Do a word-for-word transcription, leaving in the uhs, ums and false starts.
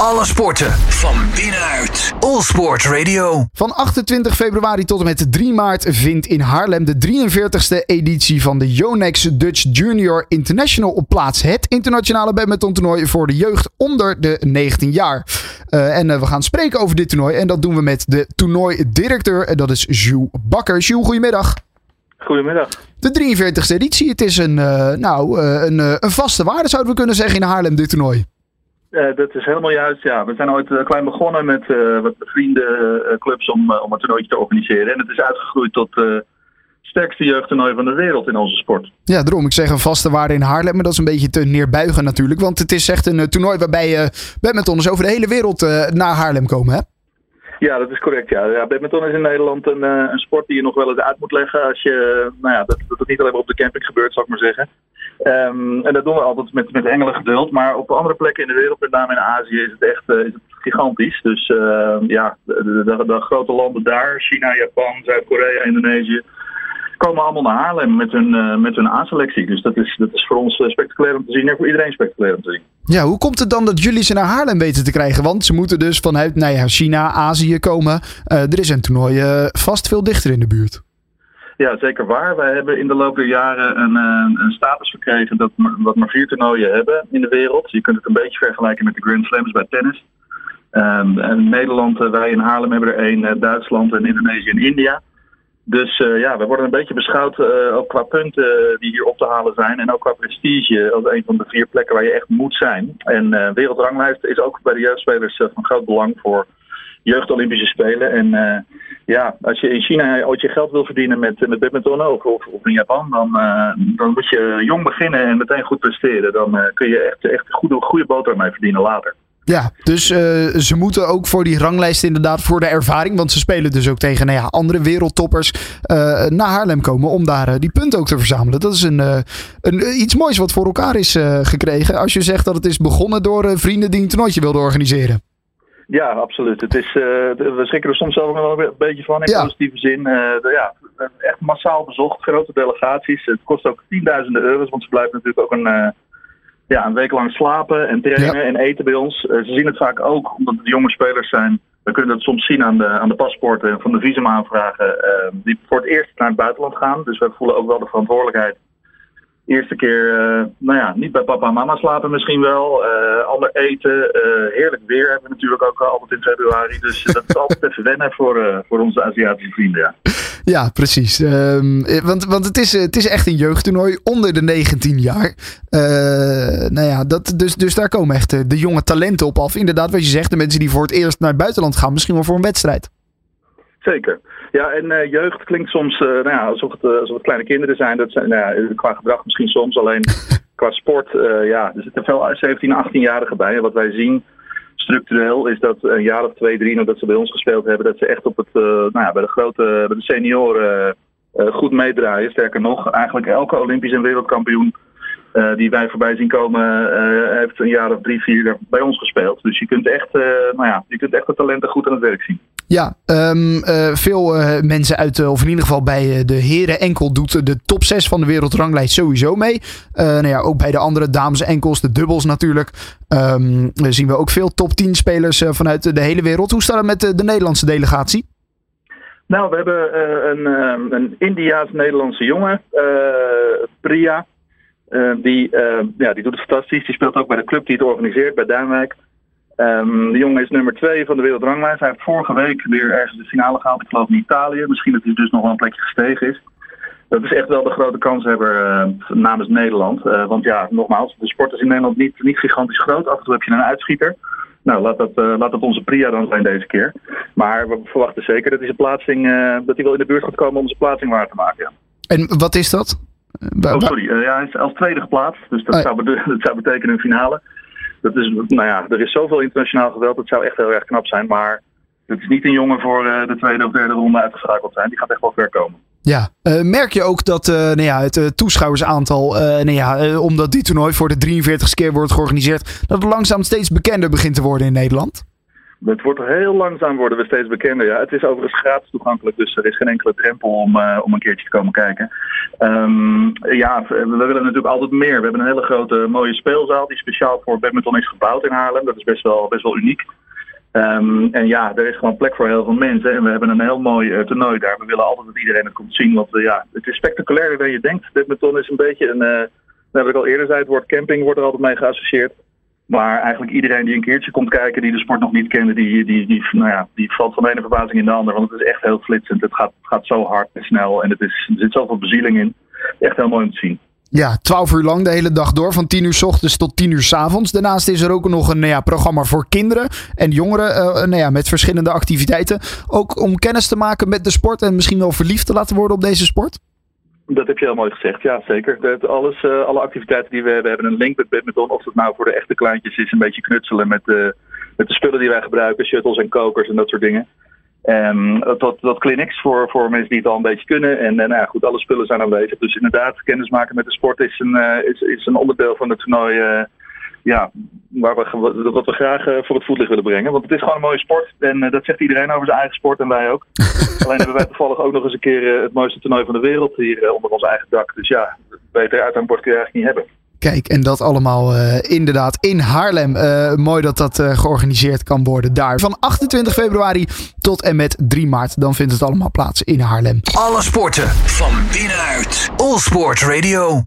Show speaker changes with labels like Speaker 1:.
Speaker 1: Alle sporten van binnenuit. All Sport Radio.
Speaker 2: Van achtentwintig februari tot en met drie maart vindt in Haarlem de drieënveertigste editie van de Yonex Dutch Junior International op plaats. Het internationale badmintontoernooi voor de jeugd onder de negentien jaar. Uh, en uh, we gaan spreken over dit toernooi. En dat doen we met de toernooidirecteur. En dat is Jules Bakker. Jules, goedemiddag.
Speaker 3: Goedemiddag.
Speaker 2: De drieënveertigste editie. Het is een, uh, nou, uh, een, uh, een vaste waarde, zouden we kunnen zeggen, in Haarlem, dit toernooi.
Speaker 3: Uh, dat is helemaal juist, ja. We zijn ooit uh, klein begonnen met uh, wat vriendenclubs om, uh, om een toernooitje te organiseren. En het is uitgegroeid tot uh, het sterkste jeugdtoernooi van de wereld in onze sport.
Speaker 2: Ja, daarom. Ik zeg een vaste waarde in Haarlem, maar dat is een beetje te neerbuigen natuurlijk. Want het is echt een uh, toernooi waarbij uh, badmintonners over de hele wereld uh, naar Haarlem komen, hè?
Speaker 3: Ja, dat is correct, ja. ja badminton is in Nederland een, uh, een sport die je nog wel eens uit moet leggen. Als je, nou ja, dat, dat het niet alleen maar op de camping gebeurt, zal ik maar zeggen. Um, en dat doen we altijd met, met engelen geduld. Maar op andere plekken in de wereld, met name in Azië, is het echt uh, is het gigantisch. Dus uh, ja, de, de, de grote landen daar, China, Japan, Zuid-Korea, Indonesië, komen allemaal naar Haarlem met hun, uh, met hun A-selectie. Dus dat is, dat is voor ons uh, spectaculair om te zien en voor iedereen spectaculair om te zien.
Speaker 2: Ja, hoe komt het dan dat jullie ze naar Haarlem weten te krijgen? Want ze moeten dus vanuit nou ja, China, Azië komen. Uh, er is een toernooi uh, vast veel dichter in de buurt.
Speaker 3: Ja, zeker waar. Wij hebben in de loop der jaren een, een, een status verkregen dat maar, wat maar vier toernooien hebben in de wereld. Je kunt het een beetje vergelijken met de Grand Slams bij tennis. Um, en Nederland, wij in Haarlem hebben er één, Duitsland en Indonesië en India. Dus uh, ja, we worden een beetje beschouwd uh, ook qua punten die hier op te halen zijn. En ook qua prestige als een van de vier plekken waar je echt moet zijn. En uh, wereldranglijst is ook bij de jeugdspelers uh, van groot belang voor jeugd-Olympische Spelen. En uh, ja, als je in China ooit je geld wil verdienen met, met badmintonnen of, of, of in Japan, dan, uh, dan moet je jong beginnen en meteen goed presteren. Dan uh, kun je echt, echt een goede, goede boterham mee verdienen later.
Speaker 2: Ja, dus uh, ze moeten ook voor die ranglijst inderdaad voor de ervaring, want ze spelen dus ook tegen nou ja, andere wereldtoppers uh, naar Haarlem komen om daar uh, die punten ook te verzamelen. Dat is een, uh, een, uh, iets moois wat voor elkaar is uh, gekregen als je zegt dat het is begonnen door uh, vrienden die een toernooitje wilden organiseren.
Speaker 3: Ja, absoluut. Het is, uh, we schrikken er soms zelf wel een beetje van in ja. positieve zin. Uh, de, ja, echt massaal bezocht, grote delegaties. Het kost ook tienduizenden euro's, want ze blijven natuurlijk ook een... Uh, Ja, een week lang slapen en trainen ja. en eten bij ons. Uh, ze zien het vaak ook, omdat het jonge spelers zijn. We kunnen dat soms zien aan de, aan de paspoorten van de visumaanvragen. Uh, die voor het eerst naar het buitenland gaan. Dus we voelen ook wel de verantwoordelijkheid. Eerste keer, uh, nou ja, niet bij papa en mama slapen misschien wel. Uh, ander eten. Uh, heerlijk weer hebben we natuurlijk ook altijd in februari. Dus dat is altijd even wennen voor, uh, voor onze Aziatische vrienden, ja.
Speaker 2: Ja, precies. Um, want want het, is, het is echt een jeugdtoernooi onder de negentien jaar. Uh, nou ja, dat, dus, dus daar komen echt de, de jonge talenten op af. Inderdaad, wat je zegt, de mensen die voor het eerst naar het buitenland gaan. Misschien wel voor een wedstrijd.
Speaker 3: Zeker. Ja, en uh, jeugd klinkt soms uh, nou ja, alsof, het, uh, alsof het kleine kinderen zijn. Dat zijn nou ja, qua gedrag misschien soms. Alleen qua sport, uh, ja, er zitten veel zeventien, achttienjarigen bij. En wat wij zien structureel is dat een jaar of twee, drie nadat ze bij ons gespeeld hebben, dat ze echt op het, uh, nou ja, bij de grote, bij de senioren uh, uh, goed meedraaien. Sterker nog, eigenlijk elke Olympisch en wereldkampioen uh, die wij voorbij zien komen, uh, heeft een jaar of drie, vier bij ons gespeeld. Dus je kunt echt, uh, nou ja, je kunt echt de talenten goed aan het werk zien.
Speaker 2: Ja, um, uh, veel uh, mensen uit, uh, of in ieder geval bij uh, de heren enkel doet de top zes van de wereldranglijst sowieso mee. Uh, nou ja, ook bij de andere dames enkels, de dubbels natuurlijk. Um, zien we ook veel top tien spelers uh, vanuit de hele wereld. Hoe staat het met de, de Nederlandse delegatie?
Speaker 3: Nou, we hebben uh, een, uh, een Indiaas-Nederlandse jongen, uh, Priya. Uh, die, uh, ja, die doet het fantastisch. Die speelt ook bij de club die het organiseert, bij Duinwijk. Um, de jongen is nummer twee van de wereldranglijst. Hij heeft vorige week weer ergens de finale gehaald. Ik geloof in Italië. Misschien dat hij dus nog wel een plekje gestegen is. Dat is echt wel de grote kanshebber uh, namens Nederland. Uh, want ja, nogmaals, de sport is in Nederland niet, niet gigantisch groot. Af en toe heb je een uitschieter. Nou, laat dat, uh, laat dat onze Priya dan zijn deze keer. Maar we verwachten zeker dat hij zijn plaatsing, uh, dat hij wel in de buurt gaat komen om zijn plaatsing waar te maken. Ja.
Speaker 2: En wat is dat?
Speaker 3: Oh, sorry. Uh, ja, hij is als tweede geplaatst. Dus dat, oh. zou, be- dat zou betekenen een finale. Dat is, nou ja, er is zoveel internationaal geweld. Dat zou echt heel erg knap zijn. Maar het is niet een jongen voor uh, de tweede of derde ronde uitgeschakeld zijn. Die gaat echt wel ver komen.
Speaker 2: Ja, uh, merk je ook dat uh, nou ja, het uh, toeschouwersaantal, uh, nou ja, uh, omdat dit toernooi voor de drieënveertigste keer wordt georganiseerd, dat het langzaam steeds bekender begint te worden in Nederland?
Speaker 3: Het wordt er heel langzaam worden we steeds bekender. Ja, het is overigens gratis toegankelijk, dus er is geen enkele drempel om, uh, om een keertje te komen kijken. Um, ja, we willen natuurlijk altijd meer. We hebben een hele grote mooie speelzaal die speciaal voor badminton is gebouwd in Haarlem. Dat is best wel, best wel uniek. Um, en ja, er is gewoon plek voor heel veel mensen. En we hebben een heel mooi uh, toernooi daar. We willen altijd dat iedereen het komt zien. Want uh, ja, het is spectaculairder dan je denkt. Badminton is een beetje een... Uh, dat heb ik al eerder zei, het woord camping wordt er altijd mee geassocieerd. Maar eigenlijk iedereen die een keertje komt kijken, die de sport nog niet kende, die, die, die, nou ja, die valt van de ene verbazing in de andere. Want het is echt heel flitsend. Het gaat, het gaat zo hard en snel en het is, er zit zoveel bezieling in. Echt heel mooi om te zien.
Speaker 2: Ja, twaalf uur lang de hele dag door, van tien uur 's ochtends tot tien uur 's avonds. Daarnaast is er ook nog een nou ja, programma voor kinderen en jongeren uh, nou ja, met verschillende activiteiten. Ook om kennis te maken met de sport en misschien wel verliefd te laten worden op deze sport?
Speaker 3: Dat heb je heel mooi gezegd, ja zeker. Dat alles, uh, alle activiteiten die we hebben, hebben een link met badminton. Of dat nou voor de echte kleintjes is, een beetje knutselen met, uh, met de spullen die wij gebruiken. Shuttles en kokers en dat soort dingen. Um, tot, tot clinics voor, voor mensen die het al een beetje kunnen. En uh, nou ja, goed, alle spullen zijn aanwezig. Dus inderdaad, kennismaken met de sport is een, uh, is, is een onderdeel van het toernooi... Uh, Ja, waar we, wat we graag uh, voor het voetlicht willen brengen. Want het is gewoon een mooie sport. En uh, dat zegt iedereen over zijn eigen sport en wij ook. Alleen hebben wij toevallig ook nog eens een keer uh, het mooiste toernooi van de wereld hier uh, onder ons eigen dak. Dus ja, beter uithangbord kun je eigenlijk niet hebben.
Speaker 2: Kijk, en dat allemaal uh, inderdaad in Haarlem. Uh, mooi dat dat uh, georganiseerd kan worden daar. Van achtentwintig februari tot en met drie maart. Dan vindt het allemaal plaats in Haarlem.
Speaker 1: Alle sporten van binnenuit. All Sport Radio.